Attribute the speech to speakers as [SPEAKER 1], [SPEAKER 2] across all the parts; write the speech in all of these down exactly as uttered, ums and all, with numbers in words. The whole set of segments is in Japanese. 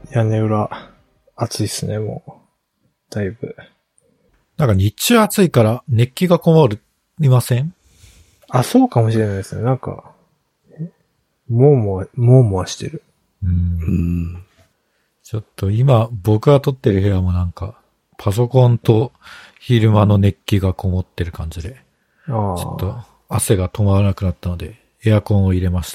[SPEAKER 1] 屋根裏、暑いっすね、もう。だいぶ。
[SPEAKER 2] なんか日中暑いから熱気がこもりません？
[SPEAKER 1] あ、そうかもしれないですね。なんか、もうもわ、もうもわしてる。
[SPEAKER 2] うん。うんちょっと今僕が撮ってる部屋もなんかパソコンと昼間の熱気がこもってる感じで、ちょっと汗が止まらなくなったのでエアコンを入れました。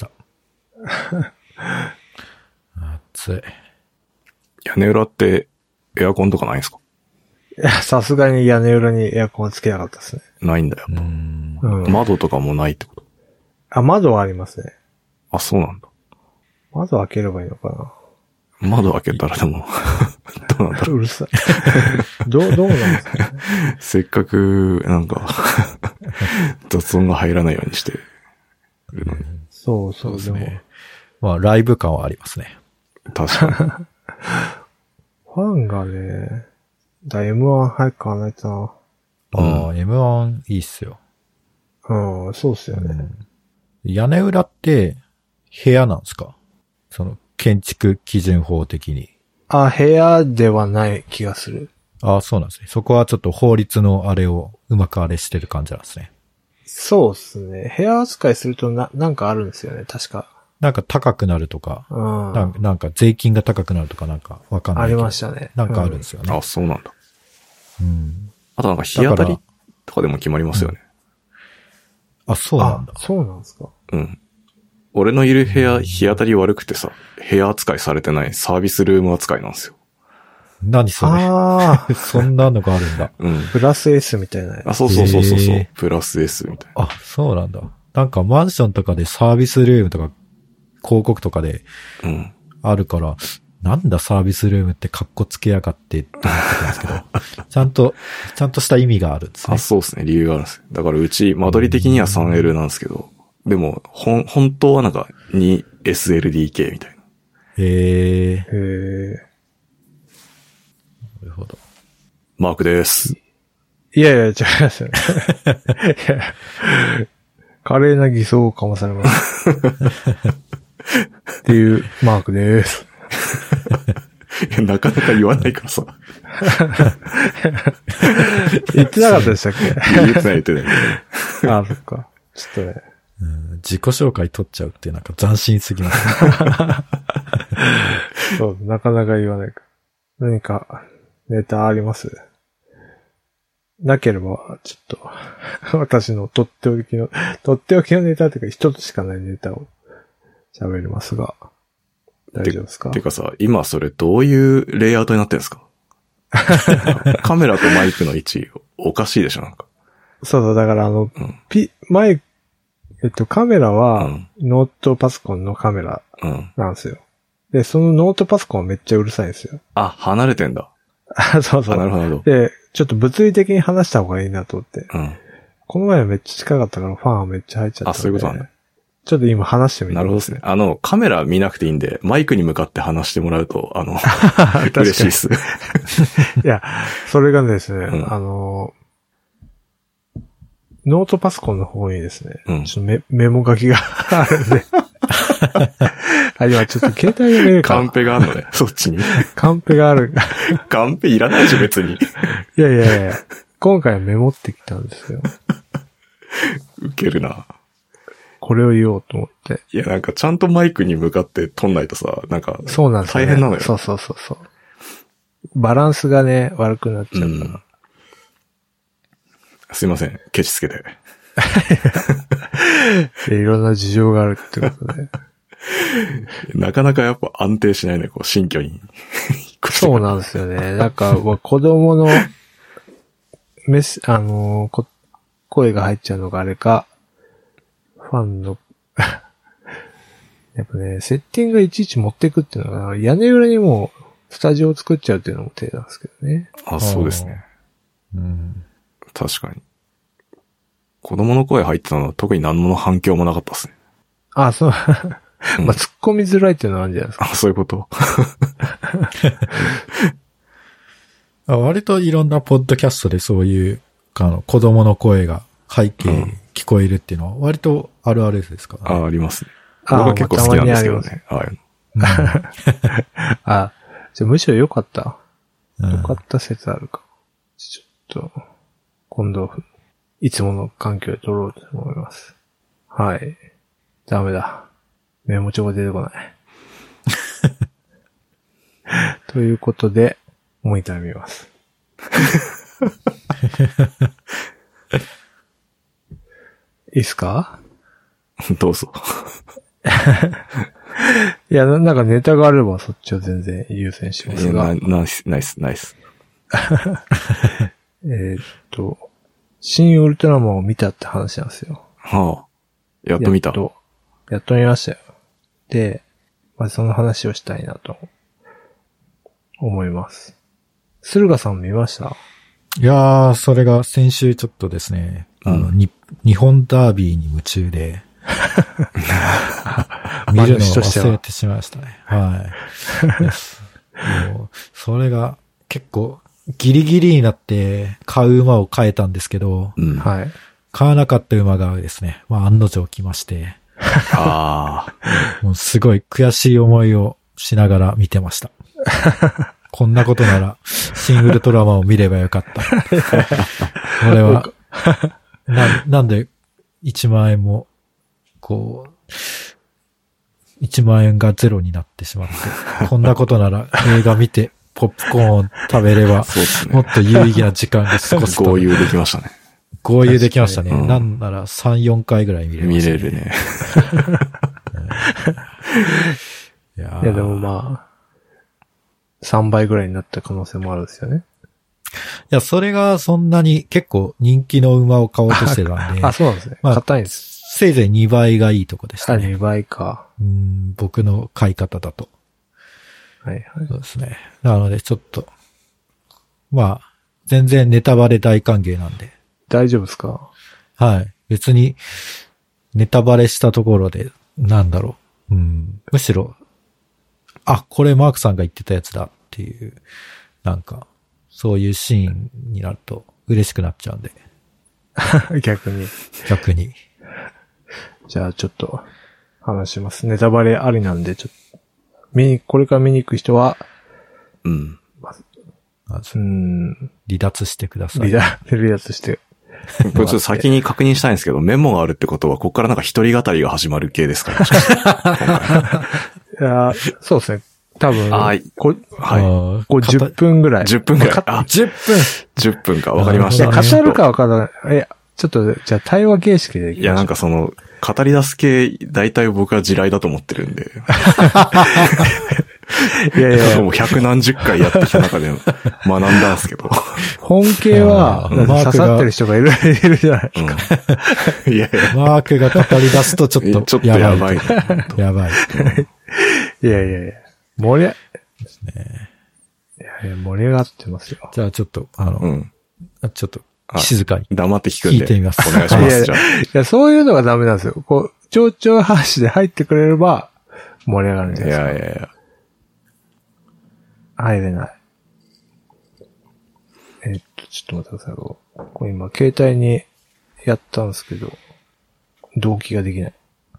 [SPEAKER 2] 暑い。
[SPEAKER 3] 屋根裏ってエアコンとかないんですか？
[SPEAKER 1] いや、さすがに屋根裏にエアコンはつけなかったですね。
[SPEAKER 3] ないんだよ。
[SPEAKER 2] うん
[SPEAKER 1] うん、
[SPEAKER 3] 窓とかもないってこと？
[SPEAKER 1] あ、窓はありますね。
[SPEAKER 3] あ、そうなんだ。
[SPEAKER 1] 窓開ければいいのかな。
[SPEAKER 3] 窓開けたらでも、どうなんだろう。
[SPEAKER 1] うるさい。どう、どうなんですかね。
[SPEAKER 3] せっかく、なんか、雑音が入らないようにしてるのに。
[SPEAKER 1] そうそう
[SPEAKER 2] ですね。まあ、ライブ感はありますね。
[SPEAKER 3] 確かに。
[SPEAKER 1] ファンがね、だ エムワン 早く買わないとな。
[SPEAKER 2] ああ、うん、エムワン いいっすよ。
[SPEAKER 1] うん、そうっすよね。うん、
[SPEAKER 2] 屋根裏って部屋なんですか？その建築基準法的に。
[SPEAKER 1] あ、部屋ではない気がする。
[SPEAKER 2] ああ、そうなんですね。そこはちょっと法律のあれをうまくあれしてる感じなんですね。
[SPEAKER 1] そうっすね。部屋扱いするとな、なんかあるんですよね、確か。
[SPEAKER 2] なんか高くなるとか、うん、なんか、なんか税金が高くなるとかなんかわかんないけど。
[SPEAKER 1] ありましたね。
[SPEAKER 2] なんかあるんですよね。
[SPEAKER 3] うん、あ、そうなんだ。
[SPEAKER 2] うん。
[SPEAKER 3] あとなんか日当たりとかでも決まりますよね。
[SPEAKER 2] うん、あ、そうなんだ。
[SPEAKER 1] そうなんですか。
[SPEAKER 3] うん。俺のいる部屋、日当たり悪くてさ、部屋扱いされてないサービスルーム扱いなんですよ。
[SPEAKER 2] 何それ？ああ。そんなのがあるんだ。
[SPEAKER 3] うん。
[SPEAKER 1] プラス S みたいな。
[SPEAKER 3] あ、そうそうそうそうそう。プラス S みたいな。
[SPEAKER 2] あ、そうなんだ。なんかマンションとかでサービスルームとか広告とかであるから、うん、なんだサービスルームってカッコつけやがってって思ってたんですけど、ちゃんと、ちゃんとした意味があるんですね。
[SPEAKER 3] あ、そうですね。理由があるんです。だからうち、間取り的には スリーエル なんですけど、でも、ほん、本当はなんか ツーエスエルディーケー みたいな。
[SPEAKER 2] へえ。
[SPEAKER 1] へえ。
[SPEAKER 2] なるほど。
[SPEAKER 3] マークです。
[SPEAKER 1] いやいや、違いますよね。いや、華麗な偽装をかまされます。っていうマークです。
[SPEAKER 3] いや、なかなか言わないからさ。
[SPEAKER 1] 言ってなかったでしたっけ？
[SPEAKER 3] 言ってない言ってない。
[SPEAKER 1] ああ、そっか。ちょっとね。
[SPEAKER 2] うん、自己紹介取っちゃうってなんか斬新すぎます、ね。
[SPEAKER 1] そう、なかなか言わないか。何かネタあります？なければ、ちょっと、私のとっておきの、とっておきのネタっていうか一つしかないネタを喋りますが、大丈夫ですか？
[SPEAKER 3] てかさ、今それどういうレイアウトになってるんですか？カメラとマイクの位置おかしいでしょ、なんか。
[SPEAKER 1] そうそう、だからあの、うん、ピ、マイク、えっと、カメラは、ノートパソコンのカメラなんですよ。うん、で、そのノートパソコンはめっちゃうるさいんですよ。
[SPEAKER 3] あ、離れてんだ。
[SPEAKER 1] あ、そうそう。
[SPEAKER 3] なるほど。
[SPEAKER 1] で、ちょっと物理的に話した方がいいなと思って。
[SPEAKER 3] うん。
[SPEAKER 1] この前はめっちゃ近かったからファンはめっちゃ入っちゃったんで。
[SPEAKER 3] あ、そういうことなんだ。
[SPEAKER 1] ちょっと今話してみて。
[SPEAKER 3] なるほどですね。あの、カメラ見なくていいんで、マイクに向かって話してもらうと、あの、嬉しいっす。
[SPEAKER 1] いや、それがですね、
[SPEAKER 3] うん、
[SPEAKER 1] あの、ノートパソコンの方にですね、
[SPEAKER 3] うん、
[SPEAKER 1] ちょっとメメモ書きがあるんで。あ、今ちょっと携帯で見るか。
[SPEAKER 3] カンペがあるのね、そっちに。
[SPEAKER 1] カンペがある。
[SPEAKER 3] カンペいらないでしょ、別に。
[SPEAKER 1] いやいやいや、今回はメモってきたんですよ。
[SPEAKER 3] ウケるな。
[SPEAKER 1] これを言おうと思って。
[SPEAKER 3] いや、なんかちゃんとマイクに向かって撮んないとさ、なんか、
[SPEAKER 1] そうなんですよ、ね。
[SPEAKER 3] 大変なのよ。
[SPEAKER 1] そうそうそうそう。バランスがね、悪くなっちゃうから。うん、
[SPEAKER 3] すいません、ケチつけて。
[SPEAKER 1] いろんな事情があるってことで。
[SPEAKER 3] なかなかやっぱ安定しないね、こう、新居に。
[SPEAKER 1] そうなんですよね。なんか、子供のメス、あのー、声が入っちゃうのがあれか、ファンの、やっぱね、セッティングいちいち持っていくっていうのが、屋根裏にもう、スタジオを作っちゃうっていうのも手なんですけどね。
[SPEAKER 3] あ、そうですね。
[SPEAKER 2] うん。
[SPEAKER 3] 確かに。子供の声入ってたのは特に何の反響もなかったですね。
[SPEAKER 1] あ、そう。まあ、突っ込みづらいっていうのはあるんじゃないですか。
[SPEAKER 3] あ、そういうこと
[SPEAKER 2] あ。割といろんなポッドキャストでそういう、あの、子供の声が背景聞こえるっていうのは割とあるあるですか、ね、
[SPEAKER 3] あ、ありますね。僕は結構好きなんですけどね。はい。
[SPEAKER 1] あ、 じゃあむしろ良かった。
[SPEAKER 2] うん、
[SPEAKER 1] 良かった説あるか。ちょっと、今度、いつもの環境で撮ろうと思います。はい。ダメだ。メモ帳が出てこない。ということで、モニター見ます。いいっすか？
[SPEAKER 3] どうぞ。
[SPEAKER 1] いやな、なんかネタがあればそっちを全然優先しますが。
[SPEAKER 3] ナイス、ナイス、ナイス。
[SPEAKER 1] えっと、新ウルトラマンを見たって話なんですよ。
[SPEAKER 3] はあ。やっと見た。
[SPEAKER 1] やっと、やっと見ましたよ。で、まあ、その話をしたいなと思います。駿河さん見ました？
[SPEAKER 2] いやー、それが先週ちょっとですね、うん、あの、に、日本ダービーに夢中で、見るのを忘れてしまいましたね。はい。もうそれが結構ギリギリになって買う馬を変えたんですけど、
[SPEAKER 1] うん、はい。
[SPEAKER 2] 買わなかった馬がですね、まあ案の定来まして、
[SPEAKER 3] あ
[SPEAKER 2] あ。もうすごい悔しい思いをしながら見てました。こんなことなら、シングルトラマンを見ればよかった。俺は、な、なんでいちまん円も、こう、いちまん円がゼロになってしまって、こんなことなら映画見て、ポップコーンを食べれば、そうですね、もっと有意義な時間で過ごすと。
[SPEAKER 3] 合流できましたね。
[SPEAKER 2] 合流できましたね。うん、なんならさん、よんかいぐらい見れました、ね。
[SPEAKER 3] 見れるね。
[SPEAKER 1] いや, いやでもまあ、さんばいぐらいになった可能性もあるんですよね。
[SPEAKER 2] いや、それがそんなに結構人気の馬を買おうとしてたんで。
[SPEAKER 1] あ、そうなんですね。まあ、硬いんです。
[SPEAKER 2] せいぜいにばいがいいとこでしたね。
[SPEAKER 1] あ、にばいか。
[SPEAKER 2] うん、僕の買い方だと。
[SPEAKER 1] はいはい。
[SPEAKER 2] そうですね。なのでちょっと、まあ、全然ネタバレ大歓迎なんで。
[SPEAKER 1] 大丈夫ですか？
[SPEAKER 2] はい。別に、ネタバレしたところで、なんだろう。うん、むしろ、あ、これマークさんが言ってたやつだっていう、なんか、そういうシーンになると嬉しくなっちゃうんで。
[SPEAKER 1] 逆に。
[SPEAKER 2] 逆に。
[SPEAKER 1] じゃあちょっと話します。ネタバレありなんで、ちょっと、見に、これから見に行く人は、
[SPEAKER 3] うん。
[SPEAKER 1] まず、まず、うん。
[SPEAKER 2] 離脱してください。
[SPEAKER 1] 離脱、離脱して。
[SPEAKER 3] これちょっと先に確認したいんですけど、メモがあるってことは、ここからなんか一人語りが始まる系ですかね。
[SPEAKER 1] いや、そうですね。多分、
[SPEAKER 3] あ
[SPEAKER 1] こ
[SPEAKER 3] はい。
[SPEAKER 1] こうじゅっぷんぐらい。
[SPEAKER 3] じゅっぷんぐらい。
[SPEAKER 2] あ、じゅっぷん。
[SPEAKER 3] じゅっぷんか。わかりました。
[SPEAKER 1] 語るかわからない。いや、ちょっと、じゃあ対話形式でいきましょう。
[SPEAKER 3] いや、なんかその、語り出す系、大体僕は地雷だと思ってるんで。いやいや。もう百何十回やってきた中で学んだんですけど。
[SPEAKER 1] 本系は、刺さってる人がいる、いるじゃないですか。
[SPEAKER 3] うん、いやいや。
[SPEAKER 2] マークが語り出すとちょっと、
[SPEAKER 3] ちょっとやばい。
[SPEAKER 2] やばい。
[SPEAKER 1] いやいやいや。盛り、ですね。いやいや、盛り上がってますよ。
[SPEAKER 2] じゃあちょっと、あの、うん、ちょっと、静かに。
[SPEAKER 3] 黙って聞くんで。
[SPEAKER 2] 聞いてみます。
[SPEAKER 3] お願いします。
[SPEAKER 1] いやいや、いや、そういうのがダメなんですよ。こう、蝶々発で入ってくれれば、盛り上がるんじゃないですか。
[SPEAKER 3] いやいやいや。
[SPEAKER 1] 入れない。えっと、ちょっと待ってください。これ今、携帯にやったんですけど、同期ができない。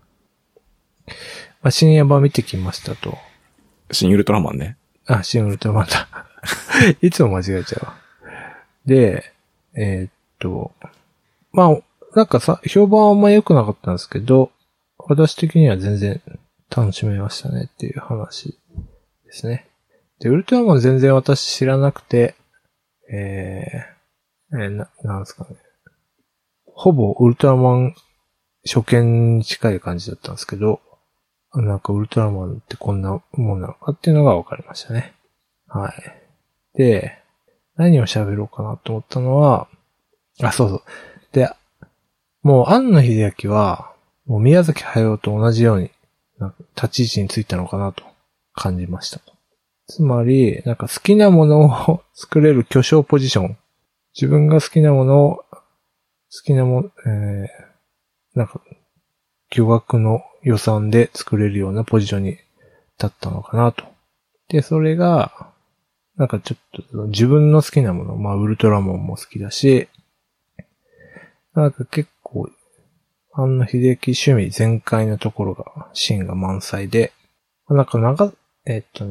[SPEAKER 1] まあ、深夜版見てきましたと。
[SPEAKER 3] 新ウルトラマンね。
[SPEAKER 1] あ、新ウルトラマンだ。いつも間違えちゃうわ。で、えー、っと、まあ、なんかさ、評判はあんま良くなかったんですけど、私的には全然楽しめましたねっていう話ですね。で、ウルトラマン全然私知らなくて、えー、えー、な、なんですかね。ほぼウルトラマン初見に近い感じだったんですけど、なんかウルトラマンってこんなもんなのかっていうのが分かりましたね。はい。で、何を喋ろうかなと思ったのは、あ、そうそう。で、もう庵野秀明は、もう宮崎駿と同じように、なんか立ち位置についたのかなと感じました。つまり、なんか好きなものを作れる巨匠ポジション。自分が好きなものを、好きなもの、えー、なんか、巨額の予算で作れるようなポジションに立ったのかなと。で、それが、なんかちょっと自分の好きなもの、まあウルトラマンも好きだし、なんか結構、庵野秀明趣味全開のところが、シーンが満載で、なんか長、えっとね、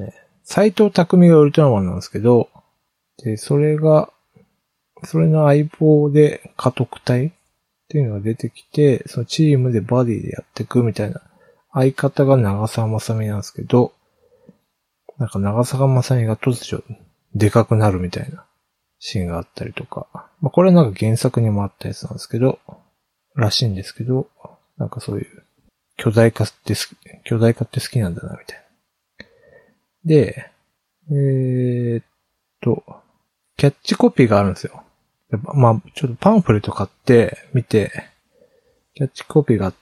[SPEAKER 1] 斎藤匠がウルトラマンなんですけど、で、それが、それの相棒で家督隊っていうのが出てきて、そのチームでバディでやっていくみたいな、相方が長澤まさみなんですけど、なんか長澤まさみが突如でかくなるみたいなシーンがあったりとか、まあこれはなんか原作にもあったやつなんですけど、らしいんですけど、なんかそういう巨大化って好き、巨大化って好きなんだなみたいな。で、えーっと、キャッチコピーがあるんですよ。まあ、ちょっとパンフレット買って見て、キャッチコピーがあって、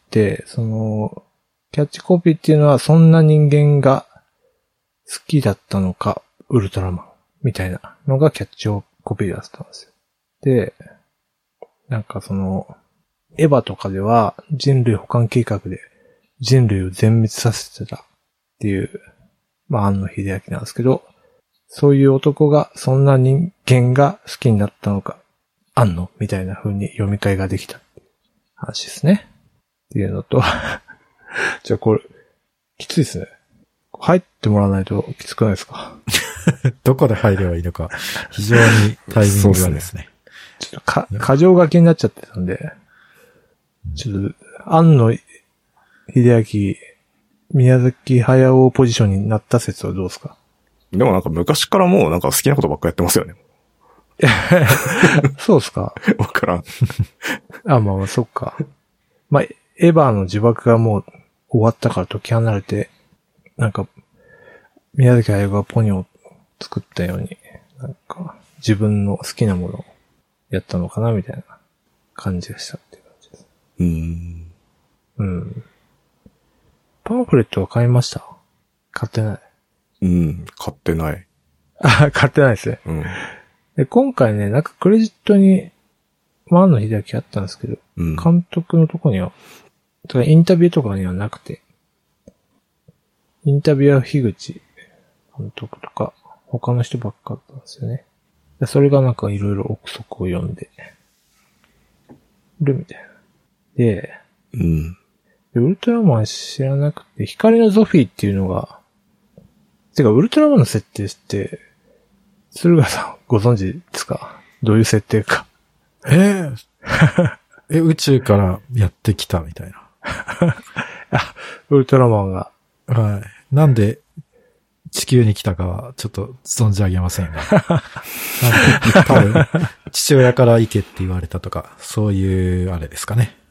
[SPEAKER 1] その、キャッチコピーっていうのはそんな人間が好きだったのか、ウルトラマンみたいなのがキャッチコピーだったんですよ。で、なんかその、エヴァとかでは人類保管計画で人類を全滅させてたっていう、まあ、庵野秀明なんですけど、そういう男がそんな人間が好きになったのか、庵野みたいな風に読み替えができたっていう話ですね。っていうのと、じゃあこれ、きついですね。入ってもらわないときつくないですか？
[SPEAKER 2] どこで入ればいいのか、非常にタイミングがですね。
[SPEAKER 1] ちょっとか、過剰書きになっちゃってたんで、ちょっと、庵野秀明、宮崎駿ポジションになった説はどうですか？
[SPEAKER 3] でもなんか昔からもうなんか好きなことばっかやってますよね。
[SPEAKER 1] そうですか？
[SPEAKER 3] わからん。
[SPEAKER 1] あ、まあまあ、そっか。まあ、エヴァの呪縛がもう終わったから解き離れて、なんか、宮崎駿がポニョを作ったように、なんか、自分の好きなものをやったのかな、みたいな感じがしたっていう感じです。
[SPEAKER 3] うーん。
[SPEAKER 1] うん。パンフレットは買いました？買ってない。
[SPEAKER 3] うん、買ってない。
[SPEAKER 1] あ、買ってないですね。
[SPEAKER 3] うん。
[SPEAKER 1] で、今回ね、なんかクレジットに、庵野秀明あったんですけど、
[SPEAKER 3] うん、
[SPEAKER 1] 監督のとこには、とかインタビューとかにはなくて、インタビューは樋口監督とか、他の人ばっかだったんですよね。でそれがなんかいろいろ憶測を読んでるみたいな。で、
[SPEAKER 3] うん。
[SPEAKER 1] でウルトラマン知らなくて、光のゾフィーっていうのが、てか、ウルトラマンの設定って、駿河さんご存知ですか？どういう設定か。
[SPEAKER 2] えー、え、宇宙からやってきたみたいな。
[SPEAKER 1] あ、ウルトラマンが。
[SPEAKER 2] はい。なんで地球に来たかはちょっと存じ上げませんが。多分、父親から行けって言われたとか、そういうあれですかね。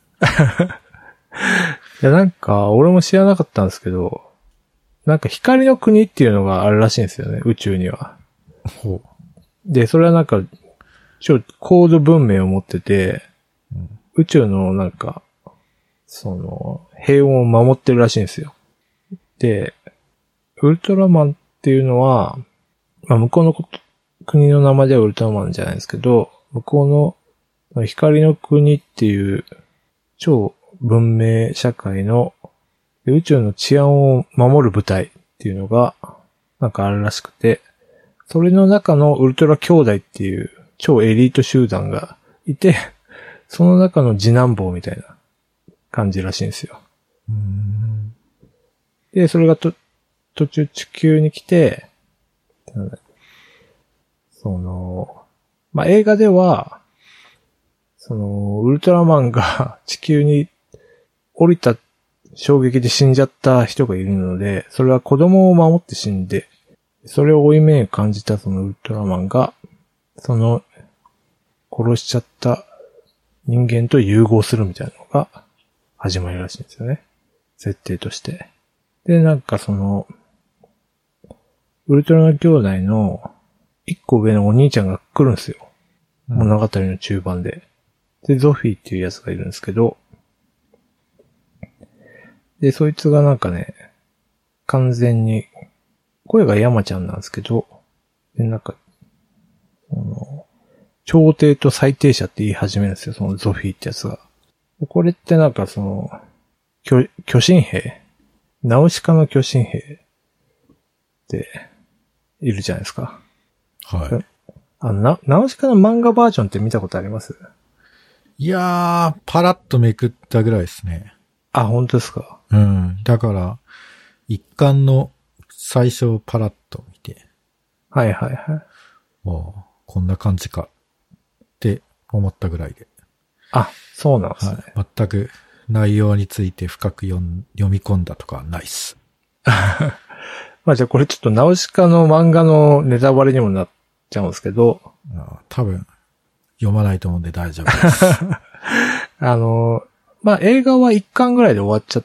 [SPEAKER 1] いや、なんか、俺も知らなかったんですけど、なんか光の国っていうのがあるらしいんですよね、宇宙には。
[SPEAKER 2] ほう。
[SPEAKER 1] で、それはなんか、超高度文明を持ってて、うん、宇宙のなんか、その、平穏を守ってるらしいんですよ。で、ウルトラマンっていうのは、まあ向こうの国の名前ではウルトラマンじゃないですけど、向こうの光の国っていう超文明社会の宇宙の治安を守る部隊っていうのがなんかあるらしくて、それの中のウルトラ兄弟っていう超エリート集団がいて、その中の次男坊みたいな感じらしいんですよ。
[SPEAKER 2] うーん
[SPEAKER 1] で、それがと途中地球に来て、その、まあ、映画では、その、ウルトラマンが地球に降りた衝撃で死んじゃった人がいるので、それは子供を守って死んで、それを負い目に感じたそのウルトラマンが、その、殺しちゃった人間と融合するみたいなのが始まりらしいんですよね。設定として。で、なんかその、ウルトラ兄弟の一個上のお兄ちゃんが来るんですよ。うん、物語の中盤で。で、ゾフィーっていうやつがいるんですけど、で、そいつがなんかね、完全に、声が山ちゃんなんですけど、で、なんか、あの、超帝と最低者って言い始めるんですよ、そのゾフィーってやつが。これってなんかその、巨、巨神兵ナウシカの巨神兵っているじゃないですか。
[SPEAKER 2] はい。
[SPEAKER 1] あの、ナウシカの漫画バージョンって見たことあります？
[SPEAKER 2] いやー、パラッとめくったぐらいですね。
[SPEAKER 1] あ、本当ですか？
[SPEAKER 2] うん。だから、一巻の最初をパラッと見て、
[SPEAKER 1] はいはいはい。
[SPEAKER 2] もう、こんな感じかって思ったぐらいで。
[SPEAKER 1] あ、そうなんですね。
[SPEAKER 2] はい、全く内容について深く読ん読み込んだとかはないっす。
[SPEAKER 1] まあじゃあこれちょっとナウシカの漫画のネタバレにもなっちゃうんですけど。
[SPEAKER 2] あ多分、読まないと思うんで大丈夫です。
[SPEAKER 1] あの、まあ映画はいっかんぐらいで終わっちゃって、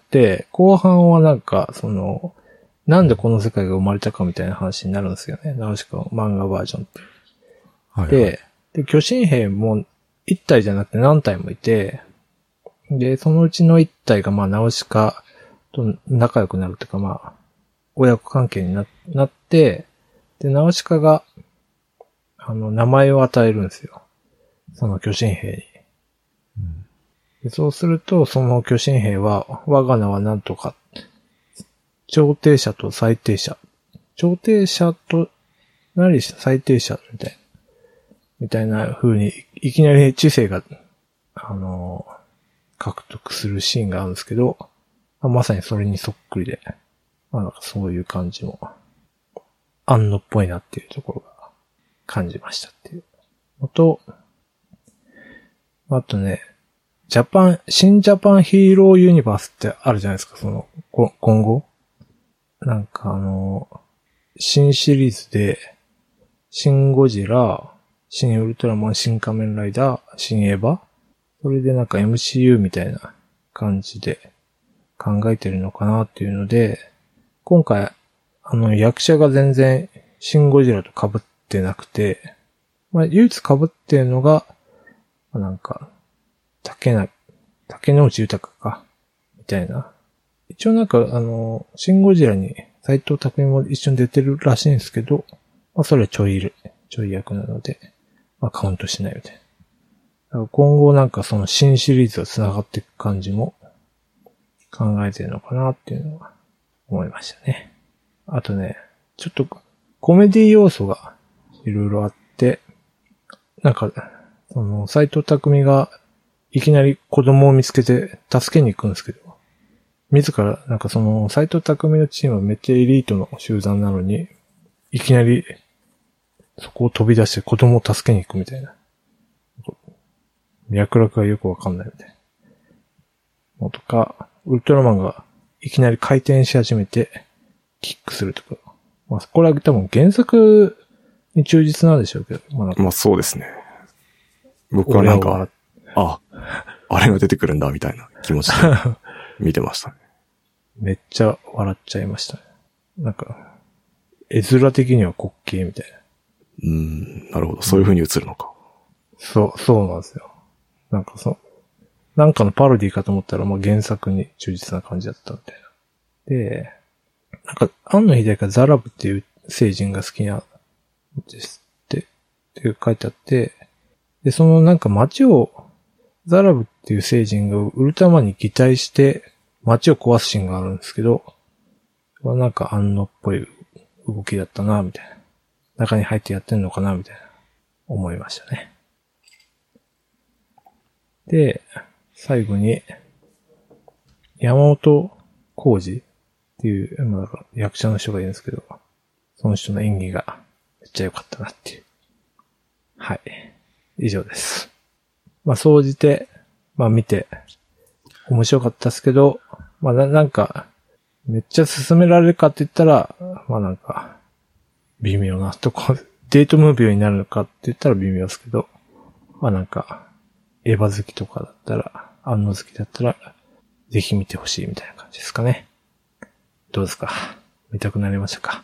[SPEAKER 1] 後半はなんか、その、なんでこの世界が生まれたかみたいな話になるんですよね。ナウシカの漫画バージョンって。はいはい、で、で、巨神兵もいち体じゃなくて何体もいて、で、そのうちのいち体がまあナウシカと仲良くなるというかまあ、親子関係に な, なって、で、ナウシカが、あの、名前を与えるんですよ。その巨神兵に。うん、でそうすると、その巨神兵は、我が名は何とか、調停者と裁定者。調停者と、何し裁定者みたいな。みたいな風に、いきなり知性が、あの、獲得するシーンがあるんですけど、まさにそれにそっくりで、まあなんかそういう感じも、安野っぽいなっていうところが感じましたっていうのと、あとね、ジャパン、新ジャパンヒーローユニバースってあるじゃないですか、その、今後。なんかあの、新シリーズで、新ゴジラ、新ウルトラマン、新仮面ライダー、新エヴァそれでなんか エムシーユー みたいな感じで考えてるのかなっていうので、今回、あの役者が全然新ゴジラと被ってなくて、まあ唯一被ってるのが、なんか、竹な、竹野内豊か、みたいな。一応なんかあの、新ゴジラに斎藤工も一緒に出てるらしいんですけど、まあそれはちょい、ちょい役なので、まあカウントしないみたいな。今後なんかその新シリーズが繋がっていく感じも考えてるのかなっていうのは思いましたね。あとね、ちょっとコメディ要素がいろいろあって、なんか、その斎藤工がいきなり子供を見つけて助けに行くんですけど、自らなんかその斎藤工のチームはめっちゃエリートの集団なのに、いきなりそこを飛び出して子供を助けに行くみたいな。脈絡がよくわかんないみたいな。のとか、ウルトラマンがいきなり回転し始めて、キックするとか。まあ、これは多分原作に忠実なんでしょうけど。
[SPEAKER 3] まあ、まあ、そうですね。僕はなんか、あ、あれが出てくるんだ、みたいな気持ちで見てましたね。
[SPEAKER 1] めっちゃ笑っちゃいましたね。なんか、絵面的には滑稽みたいな。
[SPEAKER 3] うーん、なるほど。そういう風に映るのか。
[SPEAKER 1] そう、そうなんですよ。なんかそう、なんかのパロディかと思ったら、まあ、原作に忠実な感じだったみたいな。で、なんか、庵野秀明がザラブっていう星人が好きなんですって、って書いてあって、で、そのなんか街を、ザラブっていう星人がウルトラマンに擬態して街を壊すシーンがあるんですけど、なんか庵野っぽい動きだったな、みたいな。中に入ってやってんのかな、みたいな、思いましたね。で、最後に、山本浩二っていう、まあ、役者の人がいるんですけど、その人の演技がめっちゃ良かったなっていう。はい。以上です。まあ、総じて、まあ見て、面白かったですけど、まあな、なんか、めっちゃ進められるかって言ったら、まあなんか、微妙なとこ、デートムービーになるのかって言ったら微妙ですけど、まあなんか、エヴァ好きとかだったら、庵野好きだったら、ぜひ見てほしいみたいな感じですかね。どうですか？見たくなりましたか？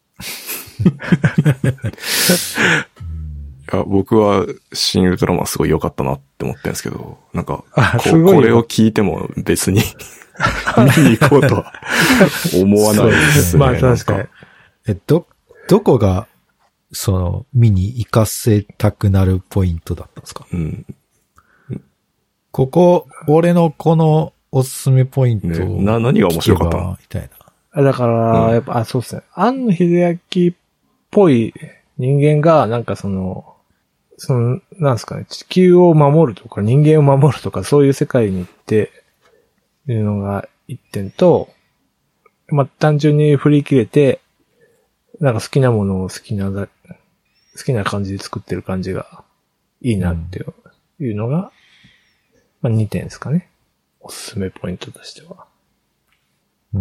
[SPEAKER 3] いや、僕は新ウルトラマンすごい良かったなって思ってるんですけど、なんか、こ, これを聞いても別に見に行こうとは思わないですね。
[SPEAKER 1] まあ確かに。
[SPEAKER 2] え、ど、どこが、その、見に行かせたくなるポイントだったんですか？
[SPEAKER 3] うん。
[SPEAKER 2] ここ、俺のこのおすすめポイントを、ね、
[SPEAKER 3] な、何が面白かったの
[SPEAKER 2] みたい
[SPEAKER 1] な。だから、うん、やっぱ、あ、そうですね。庵野秀明っぽい人間が、なんかその、その、なんですかね、地球を守るとか人間を守るとかそういう世界に行っているのが一点と、まあ、単純に振り切れて、 なんか好きなものを好きなだ、好きな感じで作ってる感じがいいなっていうのが、まあにてんですかね。おすすめポイントとしては。
[SPEAKER 2] うん。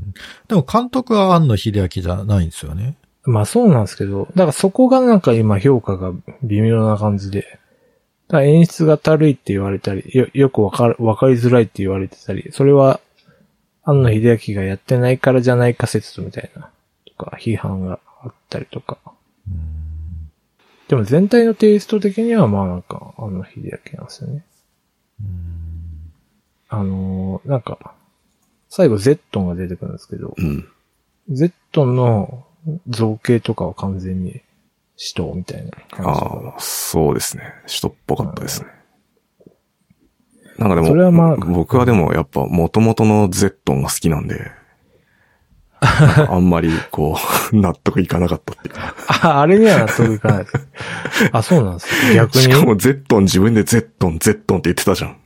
[SPEAKER 2] でも監督は庵野秀明じゃないんですよね。
[SPEAKER 1] まあそうなんですけど、だからそこがなんか今評価が微妙な感じで、だから演出がたるいって言われたり、よ、よくわかる、わかりづらいって言われてたり、それは庵野秀明がやってないからじゃないか説みたいな、とか批判があったりとか。
[SPEAKER 2] うん
[SPEAKER 1] でも全体のテイスト的にはまあなんか庵野秀明なんですよね。
[SPEAKER 2] うん
[SPEAKER 1] あのー、なんか、最後ゼットンが出てくるんですけど、
[SPEAKER 3] うん。
[SPEAKER 1] ゼットンの造形とかは完全に使徒みたいな感じ。
[SPEAKER 3] ああ、そうですね。使徒っぽかったですね。なんかでも、
[SPEAKER 1] それはまあ
[SPEAKER 3] 僕はでもやっぱ元々のゼットンが好きなんで、なんかあんまりこう、納得いかなかったっていうか。
[SPEAKER 1] あ、あれには納得いかないです。あ、そうなんですよ。逆に。
[SPEAKER 3] しかもゼットン自分でゼットン、ゼットンって言ってたじゃん。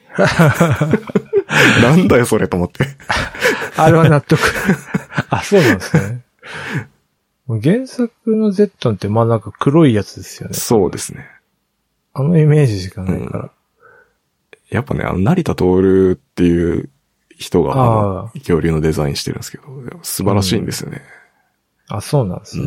[SPEAKER 3] なんだよそれと思って。
[SPEAKER 1] あれは納得。あ、そうなんですね。原作のゼットンってまあなんか黒いやつですよね。
[SPEAKER 3] そうですね。
[SPEAKER 1] あのイメージしかないから。うん、
[SPEAKER 3] やっぱね、あの成田徹っていう人があの恐竜のデザインしてるんですけど、素晴らしいんですよね。
[SPEAKER 1] うん、あ、そうなんですね。
[SPEAKER 3] うん、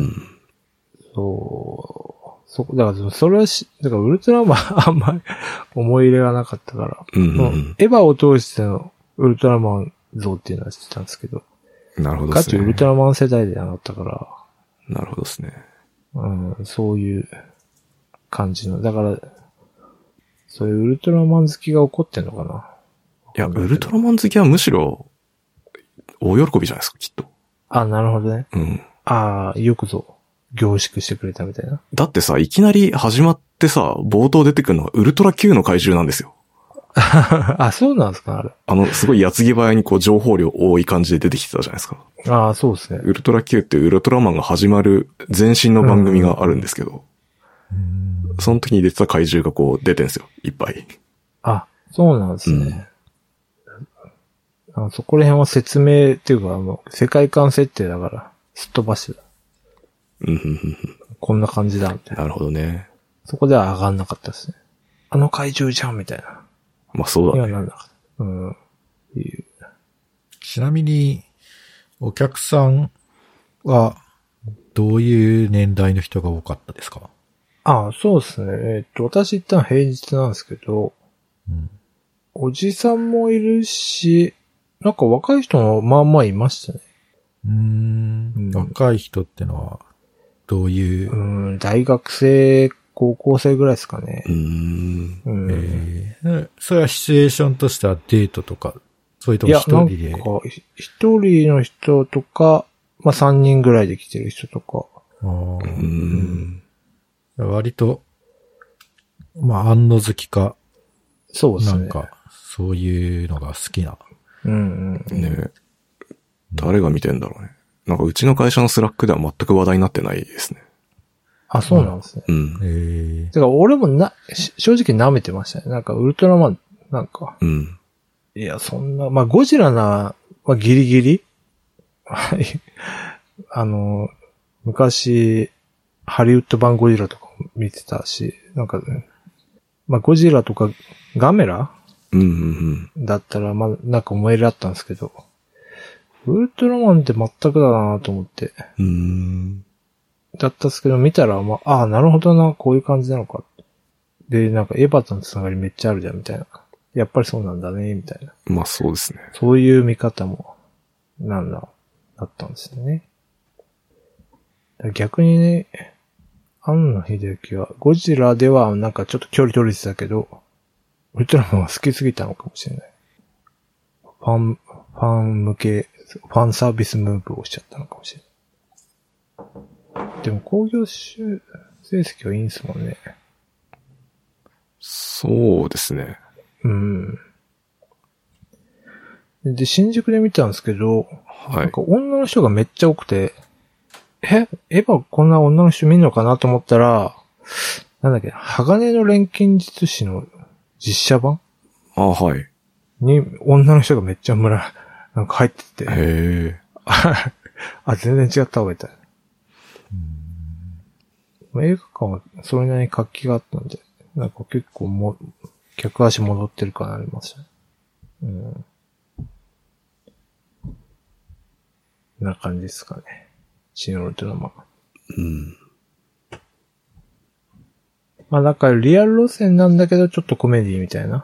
[SPEAKER 1] そう。そこ、だからそれはし、だからウルトラマンあんまり思い入れがなかったから、
[SPEAKER 3] うんうんうん、
[SPEAKER 1] エヴァを通してのウルトラマン像っていうのは知ってたんですけど、
[SPEAKER 3] なるほど
[SPEAKER 1] ですね。ガチウルトラマン世代でなかったから、
[SPEAKER 3] なるほどですね。
[SPEAKER 1] うん、そういう感じの。だから、そういうウルトラマン好きが起こってんのかな。
[SPEAKER 3] いや、ウルトラマン好きはむしろ、大喜びじゃないですか、きっと。
[SPEAKER 1] あ、なるほどね。
[SPEAKER 3] うん。
[SPEAKER 1] ああ、よくぞ、凝縮してくれたみたいな。
[SPEAKER 3] だってさ、いきなり始まってさ、冒頭出てくるのはウルトラ Q の怪獣なんですよ。
[SPEAKER 1] あ、そうなんですかあれ。
[SPEAKER 3] あの、すごい矢継ぎ早にこう情報量多い感じで出てきてたじゃないですか。
[SPEAKER 1] ああ、そうですね。
[SPEAKER 3] ウルトラ Q ってウルトラマンが始まる前身の番組があるんですけど、
[SPEAKER 2] うん
[SPEAKER 3] その時に出てた怪獣がこう出てんすよ。いっぱい。
[SPEAKER 1] あ、そうなんですね。うん、あそこら辺は説明っていうか、あの、世界観設定だから、すっ飛ばしてた。
[SPEAKER 3] うんうんうん、
[SPEAKER 1] こんな感じだ、みたいな。
[SPEAKER 3] なるほどね。
[SPEAKER 1] そこでは上がんなかったですね。あの怪獣じゃん、みたいな。
[SPEAKER 3] まあそうだね。
[SPEAKER 1] いや、なんだか。うん。いう
[SPEAKER 2] ちなみに、お客さんは、どういう年代の人が多かったですか？
[SPEAKER 1] ああ、そうですね。えっと、私行ったのは平日なんですけど、
[SPEAKER 2] うん、
[SPEAKER 1] おじさんもいるし、なんか若い人もまあまあいましたね。
[SPEAKER 2] うーん、うん、若い人ってのは、どういう？
[SPEAKER 1] うん、大学生、高校生ぐらいですかね。
[SPEAKER 3] うーん、
[SPEAKER 1] うん、
[SPEAKER 2] えー。それはシチュエーションとしてはデートとか、そういうとこ一人で。いや、なんか、
[SPEAKER 1] 一人の人とか、まあ三人ぐらいで来てる人とか。
[SPEAKER 2] あー
[SPEAKER 3] うーん
[SPEAKER 2] 割と、まあ、庵野好きか。
[SPEAKER 1] そうですね。
[SPEAKER 2] なんか、そういうのが好きな。
[SPEAKER 1] うんうん。
[SPEAKER 3] ねえ。誰が見てんだろうね。なんかうちの会社のスラックでは全く話題になってないですね。
[SPEAKER 1] あ、そうなんですね。
[SPEAKER 3] うん。
[SPEAKER 2] へえ。
[SPEAKER 1] てか、俺もな、正直舐めてましたね。なんか、ウルトラマン、なんか。
[SPEAKER 3] うん。
[SPEAKER 1] いや、そんな、まあ、ゴジラな、まあ、ギリギリあの、昔、ハリウッド版ゴジラとか見てたし、なんか、まあ、ゴジラとかガメラ
[SPEAKER 3] うんうんうん。
[SPEAKER 1] だったら、まあ、なんか思い入れあったんですけど、ウルトラマンって全くだなと思って。
[SPEAKER 3] うーん。
[SPEAKER 1] だったんですけど、見たら、まあ、ああ、なるほどな、こういう感じなのか。で、なんかエヴァとのつながりめっちゃあるじゃん、みたいな。やっぱりそうなんだね、みたいな。
[SPEAKER 3] まあそうですね。
[SPEAKER 1] そういう見方も、なんだ、だったんですよね。逆にね、庵野秀明は、ゴジラではなんかちょっと距離取れてたけど、ウルトラマンは好きすぎたのかもしれない。ファン、ファン向け、ファンサービスムーブをしちゃったのかもしれない。でも興行収成績はいいんですもんね。
[SPEAKER 3] そうですね。
[SPEAKER 1] うん。で、新宿で見たんですけど、
[SPEAKER 3] はい。
[SPEAKER 1] なんか女の人がめっちゃ多くて、え、エヴァこんな女の人見るのかなと思ったら、なんだっけ、鋼の錬金術師の実写版
[SPEAKER 3] あ、はい。
[SPEAKER 1] に女の人がめっちゃ村、なんか入ってて。
[SPEAKER 3] へえ。
[SPEAKER 1] あ、全然違った方がいた。 映画館はそれなりに活気があったんで、なんか結構も、客足戻ってる感ありましたね。うん。な感じですかね。シン・ウルトラマン。
[SPEAKER 3] うん。
[SPEAKER 1] まあなんかリアル路線なんだけどちょっとコメディみたいな。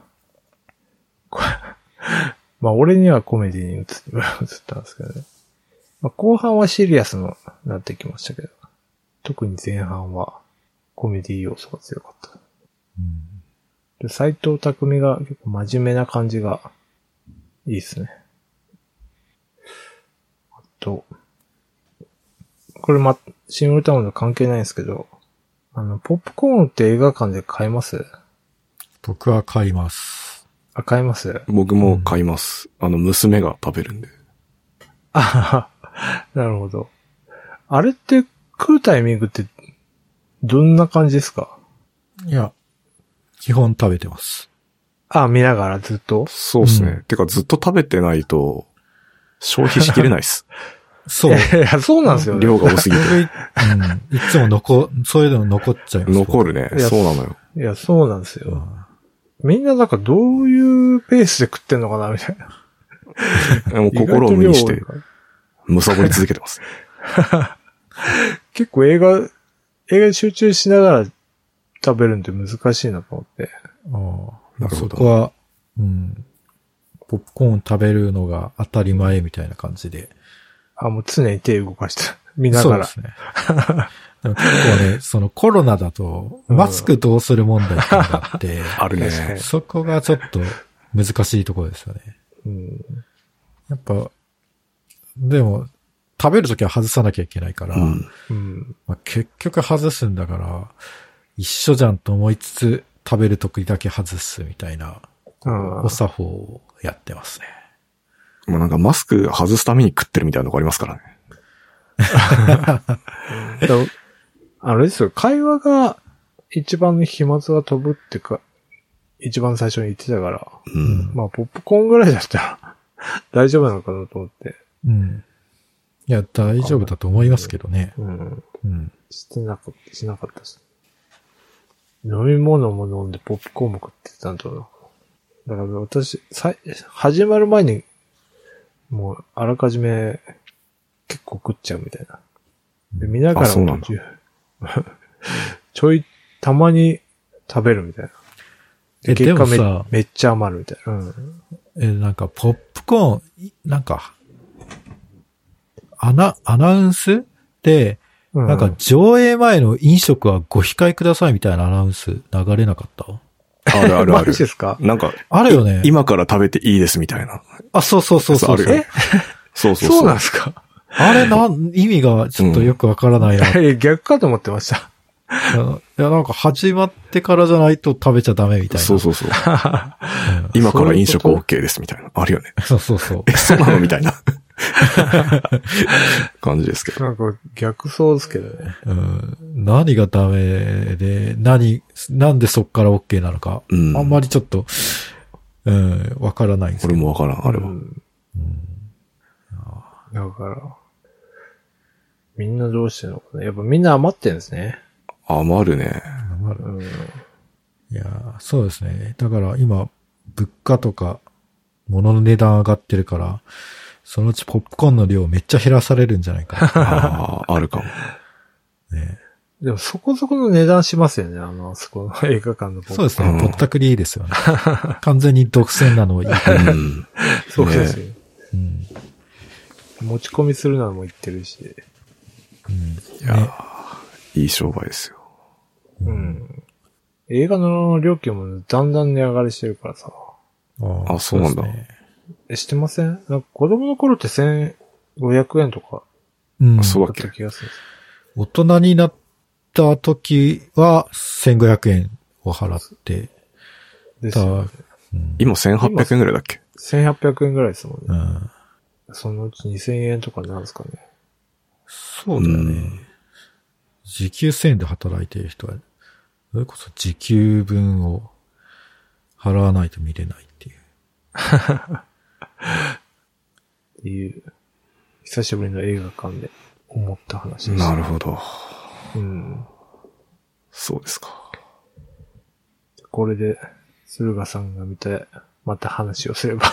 [SPEAKER 1] まあ俺にはコメディに移ったんですけどね。まあ、後半はシリアスのなってきましたけど。特に前半はコメディ要素が強かった。うん、で斎藤匠が結構真面目な感じがいいですね。あと、これま、シン・ウルトラマンと関係ないんですけど、あの、ポップコーンって映画館で買えます？
[SPEAKER 2] 僕は買います。
[SPEAKER 1] あ、買います？
[SPEAKER 3] 僕も買います。うん、あの、娘が食べるんで。
[SPEAKER 1] あはは、なるほど。あれって食うタイミングってどんな感じですか？
[SPEAKER 2] いや、基本食べてます。
[SPEAKER 1] あ、見ながらずっと？
[SPEAKER 3] そうですね。うん、てかずっと食べてないと消費しきれないっす。
[SPEAKER 2] そう。
[SPEAKER 1] いや、そうなんですよね。
[SPEAKER 3] 量が多すぎて。
[SPEAKER 2] うん。いつも残、そういうの残っちゃいます。
[SPEAKER 3] 残るね。そうなのよ。
[SPEAKER 1] いや、そうなんですよ。うん、みんななんかどういうペースで食ってんのかなみたいな。
[SPEAKER 3] もう心を無にして、むさぼり続けてます。
[SPEAKER 1] 結構映画、映画に集中しながら食べるんって難しいなと思って。
[SPEAKER 2] ああ、なるほど。そこは、うん。ポップコーン食べるのが当たり前みたいな感じで。
[SPEAKER 1] あ、もう常に手動かして、見ながら。
[SPEAKER 2] そうですね。でも結構ね、そのコロナだと、マスクどうする問題ってのがあって、
[SPEAKER 3] あるね。
[SPEAKER 2] そこがちょっと難しいところですよね。
[SPEAKER 1] うん、
[SPEAKER 2] やっぱ、でも、食べるときは外さなきゃいけないから、
[SPEAKER 3] うん
[SPEAKER 2] まあ、結局外すんだから、一緒じゃんと思いつつ、食べるときだけ外すみたいな、お作法をやってますね。
[SPEAKER 3] もうなんかマスク外すために食ってるみたいなのがありますからね。
[SPEAKER 1] あれですよ、会話が一番の飛沫が飛ぶってか、一番最初に言ってたから、
[SPEAKER 3] うん、
[SPEAKER 1] まあポップコーンぐらいだったら大丈夫なのかなと思って。
[SPEAKER 2] うん。いや、大丈夫だと思いますけどね。
[SPEAKER 1] うん。
[SPEAKER 2] うん。
[SPEAKER 1] してなかった、しなかったです。飲み物も飲んでポップコーンも食ってたんだろう。だから私、さ始まる前に、もう、あらかじめ、結構食っちゃうみたいな。で、見ながら途中、ちょい、たまに食べるみたいな。
[SPEAKER 2] え、
[SPEAKER 1] 結果め
[SPEAKER 2] でもさ、
[SPEAKER 1] めっちゃ余るみたいな。うん。
[SPEAKER 2] え、なんか、ポップコーン、なんか、アナ、アナウンスで、うん、なんか、上映前の飲食はご控えくださいみたいなアナウンス流れなかった？
[SPEAKER 3] あるあるある。
[SPEAKER 1] マジですか？
[SPEAKER 3] なんか、
[SPEAKER 2] あるよね。
[SPEAKER 3] 今から食べていいですみたいな。
[SPEAKER 2] あ、そうそうそうそう。
[SPEAKER 3] あるよね。そうそうそう。
[SPEAKER 1] そうなんですか？
[SPEAKER 2] あれなん、意味がちょっとよくわからないな。
[SPEAKER 1] うん、逆かと思ってました。
[SPEAKER 2] いや、なんか始まってからじゃないと食べちゃダメみたいな。
[SPEAKER 3] そうそうそう。うん、今から飲食 OK ですみたいな。あるよね。
[SPEAKER 2] そうそうそう。
[SPEAKER 3] え、そうなのみたいな。感じですけど。
[SPEAKER 1] なんか逆そうですけどね。
[SPEAKER 2] うん、何がダメで、何、なんでそっから OK なのか。うん、あんまりちょっと、うん、わからないんですけど。
[SPEAKER 3] 俺もわからん、あれは。うん、
[SPEAKER 1] だから、みんなどうしてんのかな。やっぱみんな余ってんですね。
[SPEAKER 3] 余るね。
[SPEAKER 2] 余る。うん、いや、そうですね。だから今、物価とか、物の値段上がってるから、そのうちポップコーンの量めっちゃ減らされるんじゃないかな。
[SPEAKER 3] ああ、あるかも。
[SPEAKER 1] ね。でもそこそこの値段しますよね、あの、そこの映画館のポップコーン。
[SPEAKER 2] そうですね、ぼったくりいいですよね。完全に独占なのをいい。
[SPEAKER 3] うん、
[SPEAKER 1] そうですよ、ね。
[SPEAKER 2] うん。
[SPEAKER 1] 持ち込みするのも言ってるし。
[SPEAKER 2] うん、
[SPEAKER 3] いや、ね、いい商売ですよ。
[SPEAKER 1] うん。映画の料金もだんだん値上がりしてるからさ。
[SPEAKER 3] ああ、そうなんだ。
[SPEAKER 1] え、知ってません？なんか子供の頃ってせんごひゃくえんとか。
[SPEAKER 2] うん。
[SPEAKER 3] そうだっけ？
[SPEAKER 1] 気がする。
[SPEAKER 2] 大人になった時はせんごひゃくえんを払って。
[SPEAKER 1] ですよね。
[SPEAKER 3] うん、今せんはっぴゃくえんぐらいだっけ？
[SPEAKER 1] せんはっぴゃくえんぐらいですもんね。
[SPEAKER 2] うん。
[SPEAKER 1] そのうちにせんえんとかなんですかね。
[SPEAKER 2] そうだよね。うん、時給せんえんで働いてる人は、それこそ時給分を払わないと見れないっていう。
[SPEAKER 1] っていう、久しぶりの映画館で思った話です。
[SPEAKER 3] なるほど。
[SPEAKER 1] うん。
[SPEAKER 3] そうですか。
[SPEAKER 1] これで、駿河さんが見て、また話をすれば。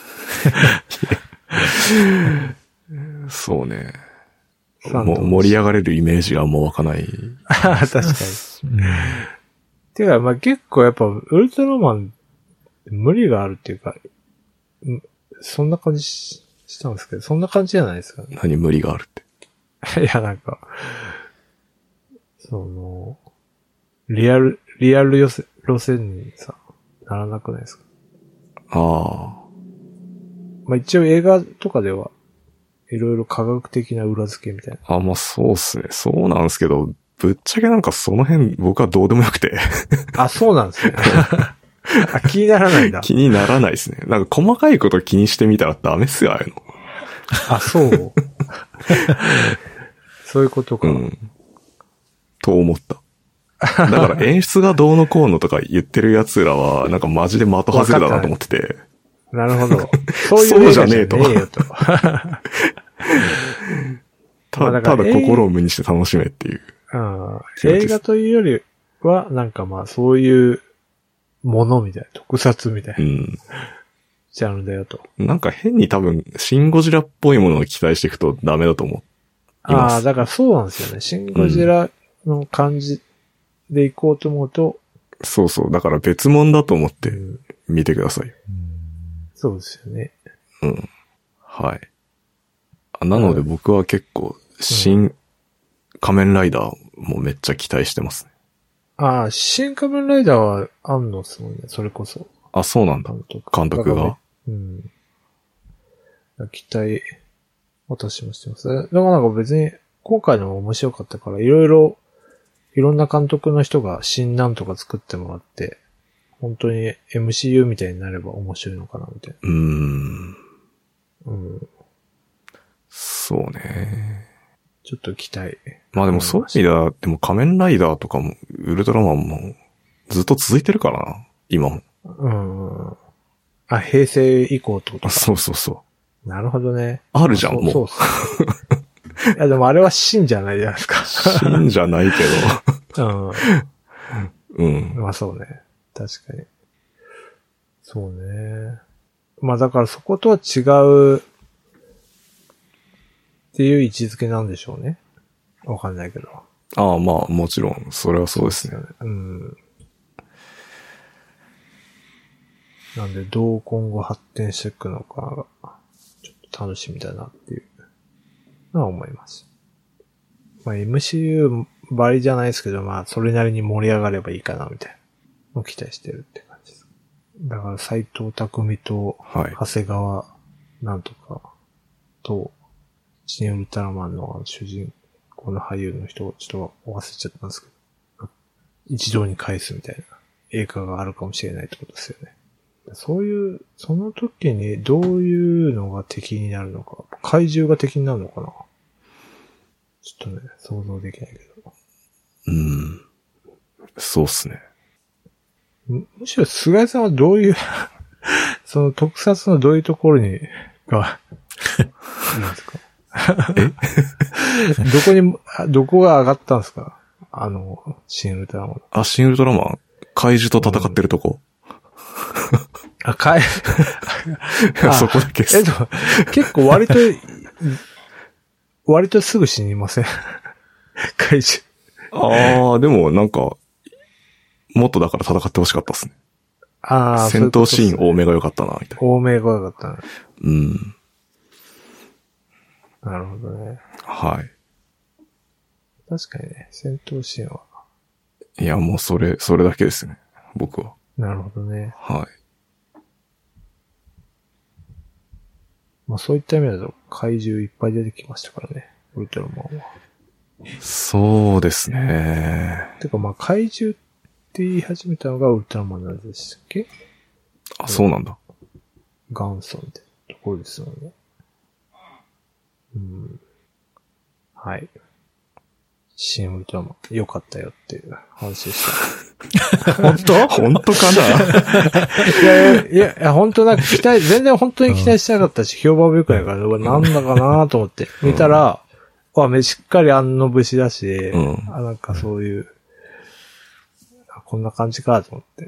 [SPEAKER 3] そうね。も盛り上がれるイメージがもう湧かない。
[SPEAKER 1] 確かに。てか、まあ結構やっぱ、ウルトラマン、無理があるっていうか、そんな感じしたんですけど、そんな感じじゃないですかね。
[SPEAKER 3] 何無理があるっ
[SPEAKER 1] て。いや、なんか、その、リアル、リアル路線、路線にさ、ならなくないですか？
[SPEAKER 3] ああ。
[SPEAKER 1] まあ一応映画とかでは、いろいろ科学的な裏付けみたいな。
[SPEAKER 3] あ、まあそうっすね。そうなんですけど、ぶっちゃけなんかその辺僕はどうでもよくて。
[SPEAKER 1] あ、そうなんですね。あ、気にならないんだ。
[SPEAKER 3] 気にならないですね。なんか細かいこと気にしてみたらダメっすよ、ああいうの。
[SPEAKER 1] あ、そうそういうことか。うん。
[SPEAKER 3] と思った。だから演出がどうのこうのとか言ってる奴らは、なんかマジで的外れだなと思ってて。
[SPEAKER 1] なるほど。そういう映画じゃねえと。
[SPEAKER 3] ただ、ただ心を無にして楽しめっていう。
[SPEAKER 1] うん、映画というよりは、なんかまあそういうものみたいな、特撮みたいな。うん。ジャンルだよと。
[SPEAKER 3] なんか変に多分、シンゴジラっぽいものを期待していくとダメだと思う。
[SPEAKER 1] ああ、だからそうなんですよね。シンゴジラの感じでいこうと思うと、
[SPEAKER 3] うん。そうそう。だから別物だと思って見てください。うん、
[SPEAKER 1] そうですよね。
[SPEAKER 3] うん。はい。なので僕は結構、新仮面ライダーもめっちゃ期待してますね。
[SPEAKER 1] ああ、新仮面ライダーはあんのすごいね、それこそ。
[SPEAKER 3] あ、そうなんだ。監督が。
[SPEAKER 1] うん。期待、私もしてます。だからなんか別に、今回のも面白かったから、いろいろ、いろんな監督の人が新なんとか作ってもらって、本当に エムシーユー みたいになれば面白いのかな、みたいな。
[SPEAKER 3] うーん。
[SPEAKER 1] うん。
[SPEAKER 3] そうね。
[SPEAKER 1] ちょっと期待。
[SPEAKER 3] まあでもそういう意味では、でも仮面ライダーとかも、ウルトラマンも、ずっと続いてるからな、今も。
[SPEAKER 1] うん。あ、平成以降ってことか。
[SPEAKER 3] そうそうそう。
[SPEAKER 1] なるほどね。
[SPEAKER 3] あるじゃん、もう。
[SPEAKER 1] そうそう。いやでもあれは真じゃないじゃないですか。
[SPEAKER 3] 真じゃないけ
[SPEAKER 1] ど。
[SPEAKER 3] うん。うん。
[SPEAKER 1] まあそうね。確かに。そうね。まあだからそことは違うっていう位置づけなんでしょうね。わかんないけど。
[SPEAKER 3] ああ、まあもちろん、それはそうですね。
[SPEAKER 1] そうですよね。うん。なんでどう今後発展していくのかが、ちょっと楽しみだなっていうのは思います。まあ エムシーユー ばりじゃないですけど、まあそれなりに盛り上がればいいかなみたいなのを期待してるって感じです。だから斎藤匠と長谷川なんとかと、新ウルトラマンの主人公の俳優の人をちょっと忘れちゃったんですけど、一堂に返すみたいな映画があるかもしれないってことですよね。そういう、その時にどういうのが敵になるのか、怪獣が敵になるのかな。ちょっとね、想像できないけど。
[SPEAKER 3] うん。そうっすね。
[SPEAKER 1] む、むしろ菅井さんはどういう、その特撮のどういうところに、が、いいんですか
[SPEAKER 3] え
[SPEAKER 1] どこに、どこが上がったんですかあの、新ウルトラマン。
[SPEAKER 3] あ、新ウルトラマン怪獣と戦ってるとこ。
[SPEAKER 1] うん、あ、怪
[SPEAKER 3] そこだけです。
[SPEAKER 1] えっと、結構割と、割とすぐ死にません怪獣。
[SPEAKER 3] ああ、でもなんか、もっとだから戦ってほしかったっすね。
[SPEAKER 1] ああ、
[SPEAKER 3] 戦闘シーン多めが良かったな、みたいな。
[SPEAKER 1] 多めが良かったな。
[SPEAKER 3] うん。
[SPEAKER 1] なるほどね。
[SPEAKER 3] はい。
[SPEAKER 1] 確かにね、戦闘シーンは。
[SPEAKER 3] いや、もうそれ、それだけですね。僕は。
[SPEAKER 1] なるほどね。
[SPEAKER 3] はい。
[SPEAKER 1] まあそういった意味だと怪獣いっぱい出てきましたからね。ウルトラマンは。
[SPEAKER 3] そうですね。
[SPEAKER 1] てかまあ怪獣って言い始めたのがウルトラマンなんでしたっけ？
[SPEAKER 3] あ、そうなんだ。
[SPEAKER 1] 元祖みたいなところですよね。うん。はい。新ウルトラマン良かったよっていう話でした。本当？
[SPEAKER 3] 本当かない
[SPEAKER 1] やいや、いや、本当なんか期待、全然本当に期待してなかったし、評判も良くないから、うん、なんだかなと思って、見たら、うん、わ、しっかり安の節だし、うん、あ、なんかそういう、 こんな感じかと思って。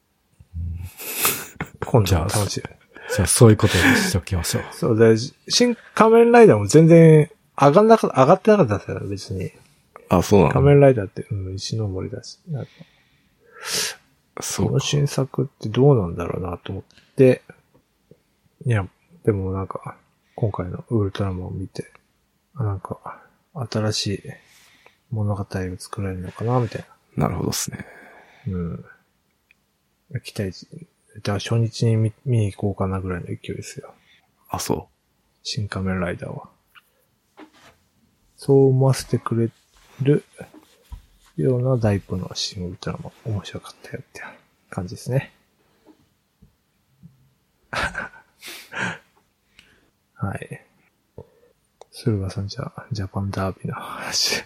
[SPEAKER 1] 今度は楽しい。
[SPEAKER 2] じゃあそういうことにしておきましょう。
[SPEAKER 1] そうで、新仮面ライダーも全然上がんなかった、上がってなかったですよ、別に。
[SPEAKER 3] あ、そうなの？
[SPEAKER 1] 仮面ライダーって、うん、石の森だし。なんか
[SPEAKER 3] そう。
[SPEAKER 1] この新作ってどうなんだろうなと思って、いや、でもなんか、今回のウルトラマンを見て、なんか、新しい物語を作られるのかな、みたい
[SPEAKER 3] な。なるほどですね。
[SPEAKER 1] うん。期待値。だから初日に 見, 見に行こうかなぐらいの勢いですよ。
[SPEAKER 3] あ、そう。
[SPEAKER 1] 新仮面ライダーは。そう思わせてくれるようなタイプの新ウルトラマン面白かったよって感じですね。はい。駿河さんじゃあ、ジャパンダービーの話。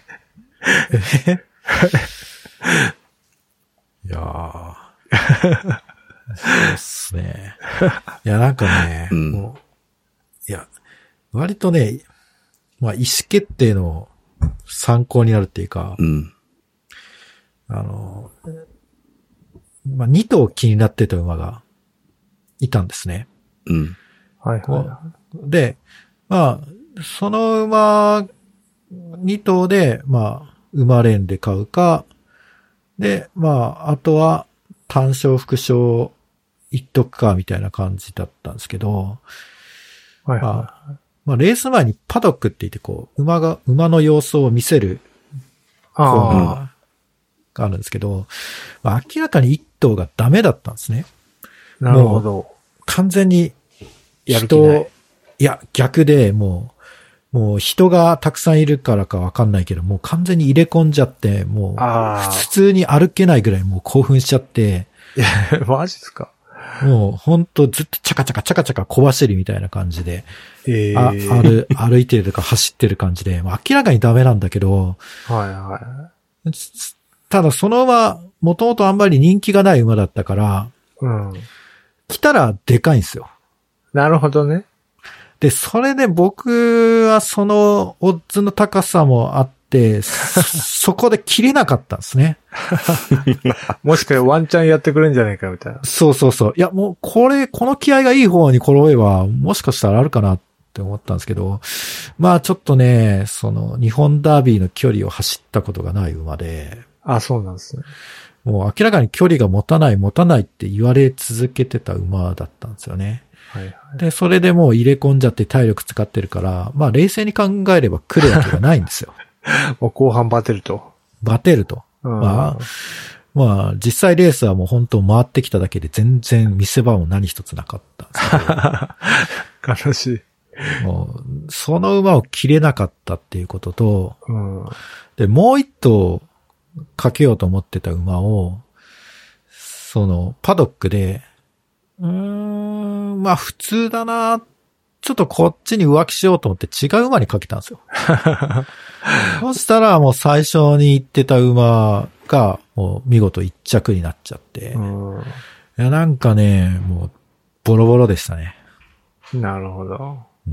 [SPEAKER 2] いやー。そうっすね。いや、なんかね、
[SPEAKER 3] うん、
[SPEAKER 2] もう、いや、割とね、まあ、意思決定の参考になるっていうか、
[SPEAKER 3] うん、
[SPEAKER 2] あの、まあ、に頭気になってた馬がいたんですね。
[SPEAKER 3] うん。
[SPEAKER 1] はいはい。
[SPEAKER 2] で、まあ、その馬、に頭で、まあ、馬連で買うか、で、まあ、あとは単勝副賞一徳か、みたいな感じだったんですけど、
[SPEAKER 1] はいはい。
[SPEAKER 2] まあ、まあ、レース前にパドックって言って、こう、馬が、馬の様子を見せるコーナーがあるんですけど、まあ、明らかに一頭がダメだったんですね。
[SPEAKER 1] なるほど。
[SPEAKER 2] 完全に
[SPEAKER 1] やる気ない。
[SPEAKER 2] いや、逆で、もう、もう人がたくさんいるからかわかんないけど、もう完全に入れ込んじゃって、もう、普通に歩けないぐらいもう興奮しちゃって、
[SPEAKER 1] いや、マジっすか。
[SPEAKER 2] もうほんとずっとチャカチャカチャカチャカ小走りみたいな感じで、
[SPEAKER 1] えー、
[SPEAKER 2] あ歩、歩いてるとか走ってる感じで、明らかにダメなんだけど、
[SPEAKER 1] はいはい。
[SPEAKER 2] ただその馬、もともとあんまり人気がない馬だったから、
[SPEAKER 1] うん。
[SPEAKER 2] 来たらでかいんですよ。
[SPEAKER 1] なるほどね。
[SPEAKER 2] で、それで僕はそのオッズの高さもあって、そこで切れなかったんですね。
[SPEAKER 1] もしかしてワンチャンやってくれんじゃないかみたいな。
[SPEAKER 2] そうそうそう。いや、もうこれ、この気合がいい方に転べば、もしかしたらあるかなって思ったんですけど、まあちょっとね、その日本ダービーの距離を走ったことがない馬で。
[SPEAKER 1] あ、そうなんですね。
[SPEAKER 2] もう明らかに距離が持たない持たないって言われ続けてた馬だったんですよね。
[SPEAKER 1] はいはい、で、
[SPEAKER 2] それでもう入れ込んじゃって体力使ってるから、まあ冷静に考えれば来るわけがないんですよ。
[SPEAKER 1] もう後半バテると。
[SPEAKER 2] バテると。
[SPEAKER 1] うん、
[SPEAKER 2] まあ、まあ実際レースはもう本当回ってきただけで全然見せ場も何一つなかったん
[SPEAKER 1] ですけど。悲し
[SPEAKER 2] い。もう、その馬を切れなかったっていうことと、
[SPEAKER 1] うん、
[SPEAKER 2] で、もう一頭かけようと思ってた馬を、そのパドックで、うーん、まあ普通だな。ちょっとこっちに浮気しようと思って違う馬にかけたんですよ。そしたらもう最初に言ってた馬がもう見事一着になっちゃって。うん、いやなんかね、もうボロボロでしたね。
[SPEAKER 1] なるほど。
[SPEAKER 2] うん、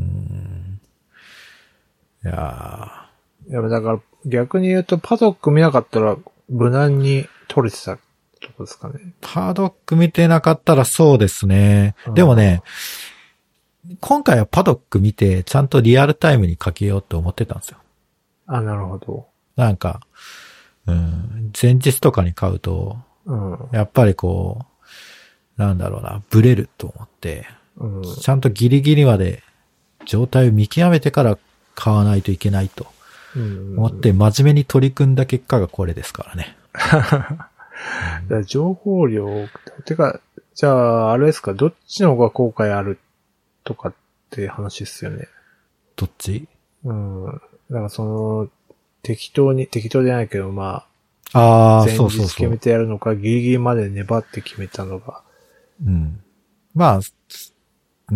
[SPEAKER 2] いや
[SPEAKER 1] ー。いやだから逆に言うとパドック見なかったら無難に取れてた。どこですかね。
[SPEAKER 2] パドック見てなかったらそうですね。うん、でもね、今回はパドック見てちゃんとリアルタイムにかけようと思ってたんですよ。
[SPEAKER 1] あ、なるほど。
[SPEAKER 2] なんか、うん、前日とかに買うと、うん、やっぱりこう、なんだろうな、ブレると思って、うん、ちゃんとギリギリまで状態を見極めてから買わないといけないと思って真面目に取り組んだ結果がこれですからね。
[SPEAKER 1] うん、情報量、てか、じゃあ、あれですか、どっちの方が効果あるとかって話ですよね。
[SPEAKER 2] どっち？
[SPEAKER 1] うん。だからその、適当に、適当じゃないけど、ま
[SPEAKER 2] あ、ああ、
[SPEAKER 1] 前日決めてやるのか、そうそうそう、ギリギリまで粘って決めたのが。
[SPEAKER 2] うん。まあ、うん、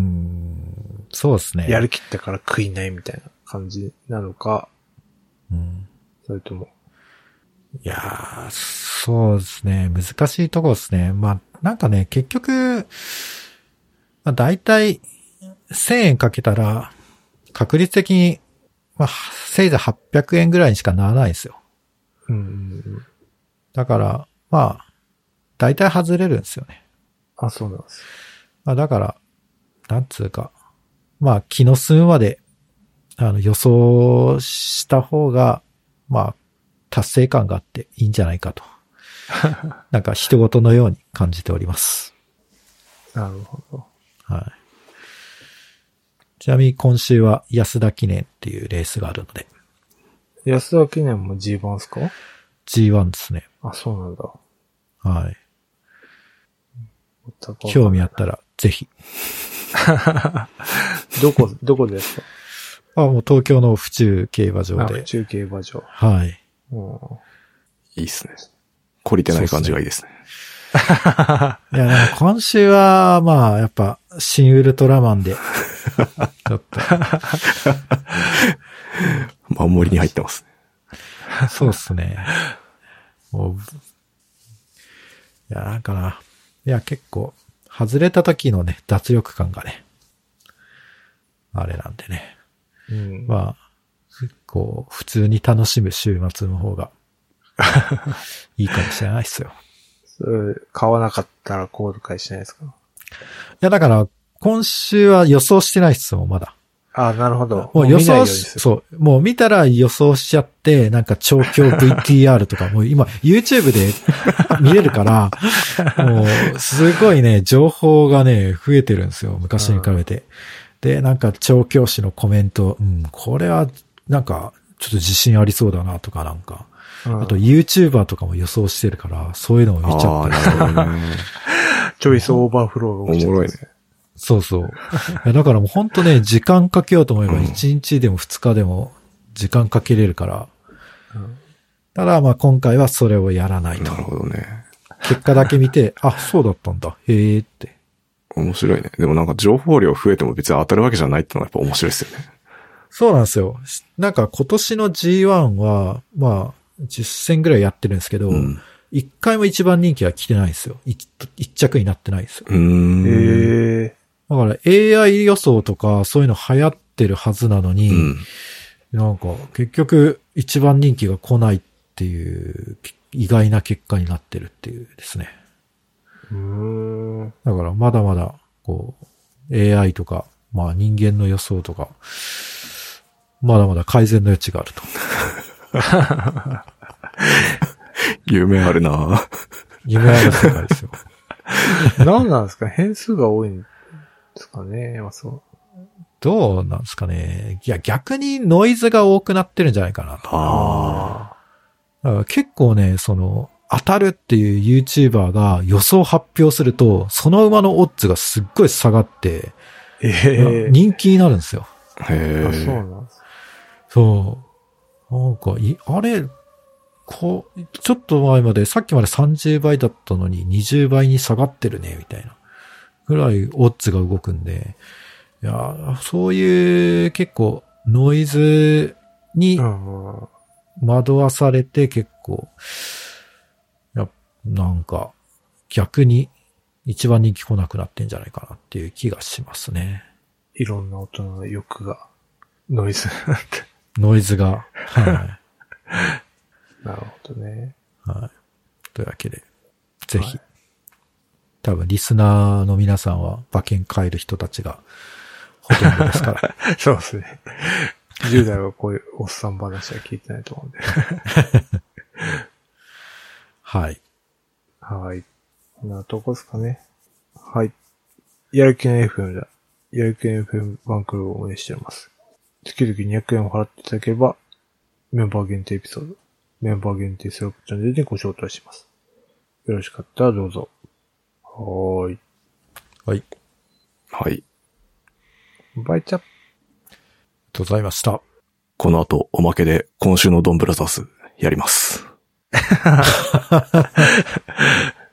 [SPEAKER 2] そうですね。
[SPEAKER 1] やる気ったから食いないみたいな感じなのか。
[SPEAKER 2] うん。
[SPEAKER 1] それとも。
[SPEAKER 2] いやー、そうですね。難しいとこですね。まあ、なんかね、結局、まあ、大体、せんえんかけたら、確率的に、まあ、せいぜいはっぴゃくえんぐらいにしかならないですよ。
[SPEAKER 1] うん。
[SPEAKER 2] だから、まあ、 大体外れるんですよね。
[SPEAKER 1] あ、そうなんです。
[SPEAKER 2] まあだから、なんつうか、まあ気の済むまで、あの予想した方が、まあ達成感があっていいんじゃないかと。なんか人事のように感じております。
[SPEAKER 1] なるほど。
[SPEAKER 2] はい。ちなみに今週は安田記念っていうレースがあるので。
[SPEAKER 1] 安田記念も ジーワン ですか？
[SPEAKER 2] ジーワン ですね。
[SPEAKER 1] あ、そうなんだ。
[SPEAKER 2] はい。興味あったらぜひ。
[SPEAKER 1] どこ、どこですか？
[SPEAKER 2] あ、もう東京の府中競馬場で。
[SPEAKER 1] 府中競馬場。
[SPEAKER 2] はい。
[SPEAKER 3] いいっすね。懲りてない感じがいいですね。
[SPEAKER 2] いや、なんか今週は、まあ、やっぱ、新ウルトラマンで、ちょっと。
[SPEAKER 3] 守りに入ってます
[SPEAKER 2] ね。そうっすね。もう、いや、なんかな。いや、結構、外れた時のね、脱力感がね、あれなんでね。
[SPEAKER 1] うん、
[SPEAKER 2] まあ、こう、普通に楽しむ週末の方が、いいかもしれないっすよ。
[SPEAKER 1] それ買わなかったら後悔しないですか？い
[SPEAKER 2] や、だから、今週は予想してないっすもん、まだ。
[SPEAKER 1] ああ、なるほど。
[SPEAKER 2] もう予想し、そう、もう見たら予想しちゃって、なんか調教 ブイティーアール とか、もう今 YouTube で見れるから、もうすごいね、情報がね、増えてるんですよ、昔に比べて。で、なんか調教師のコメント、うん、これはなんかちょっと自信ありそうだなとかなんか、うん、あと YouTuber とかも予想してるから、そういうのを見ちゃって。なるほどね。
[SPEAKER 1] チョイスオーバーフローが起きちゃって、ね。おもろいね。
[SPEAKER 2] そうそう。だからもうほんとね、時間かけようと思えばいちにちでもふつかでも時間かけれるから。うん、ただまあ今回はそれをやらないと。
[SPEAKER 3] なるほどね。
[SPEAKER 2] 結果だけ見て、あ、そうだったんだ。へーって。
[SPEAKER 3] 面白いね。でもなんか情報量増えても別に当たるわけじゃないってのがやっぱ面白いですよね。
[SPEAKER 2] そうなんですよ。なんか今年の ジーワン は、まあ、じゅっせんぐらいやってるんですけど、うん一回も一番人気は来てないんですよ。一, 一着になってないんですよ。
[SPEAKER 3] うーん
[SPEAKER 1] へー。
[SPEAKER 2] だから エーアイ 予想とかそういうの流行ってるはずなのに、うん、なんか結局一番人気が来ないっていう意外な結果になってるっていうですね。
[SPEAKER 1] うーん。
[SPEAKER 2] だからまだまだこう エーアイ とか、まあ人間の予想とか、まだまだ改善の余地があると。
[SPEAKER 3] 夢あるなぁ。
[SPEAKER 2] 夢ある世界ですよ。
[SPEAKER 1] 何なんですか？変数が多いんですかね。まあ、そう。
[SPEAKER 2] どうなんですかね。いや、逆にノイズが多くなってるんじゃないかなと。
[SPEAKER 3] あ
[SPEAKER 2] だから結構ね、その、当たるっていう YouTuber が予想発表すると、その馬のオッズがすっごい下がって、
[SPEAKER 1] えー、
[SPEAKER 2] 人気になるんですよ。
[SPEAKER 3] へー。
[SPEAKER 1] そうなんです。
[SPEAKER 2] そう。なんか、い、あれ、こう、ちょっと前まで、さっきまでさんじゅうばいだったのににじゅうばいに下がってるね、みたいな。ぐらいオッズが動くんで、いや、そういう結構ノイズに惑わされて結構、や、なんか逆に一番人気来なくなってんじゃないかなっていう気がしますね。
[SPEAKER 1] いろんな音の欲が、ノイズになって。
[SPEAKER 2] ノイズが、はい。
[SPEAKER 1] なるほどね。
[SPEAKER 2] はい。というわけで、ぜひ、はい、多分リスナーの皆さんは馬券買える人たちがほとんどですから。
[SPEAKER 1] そうですね。じゅう代はこういうおっさん話は聞いてないと思うんで。
[SPEAKER 2] はい。
[SPEAKER 1] はい。こんなとこですかね。はい。やる気の エフエム だ。やる気の エフエム バンクルを運営しております。月々にひゃくえんを払っていただければ、メンバー限定エピソード、メンバー限定スラップチャンネルでご招待します。よろしかったらどうぞ。はーい。
[SPEAKER 2] はい。
[SPEAKER 3] はい。
[SPEAKER 1] バイチャッ。
[SPEAKER 2] ありがとうございました。
[SPEAKER 3] この後、おまけで今週のドンブラザーズやります。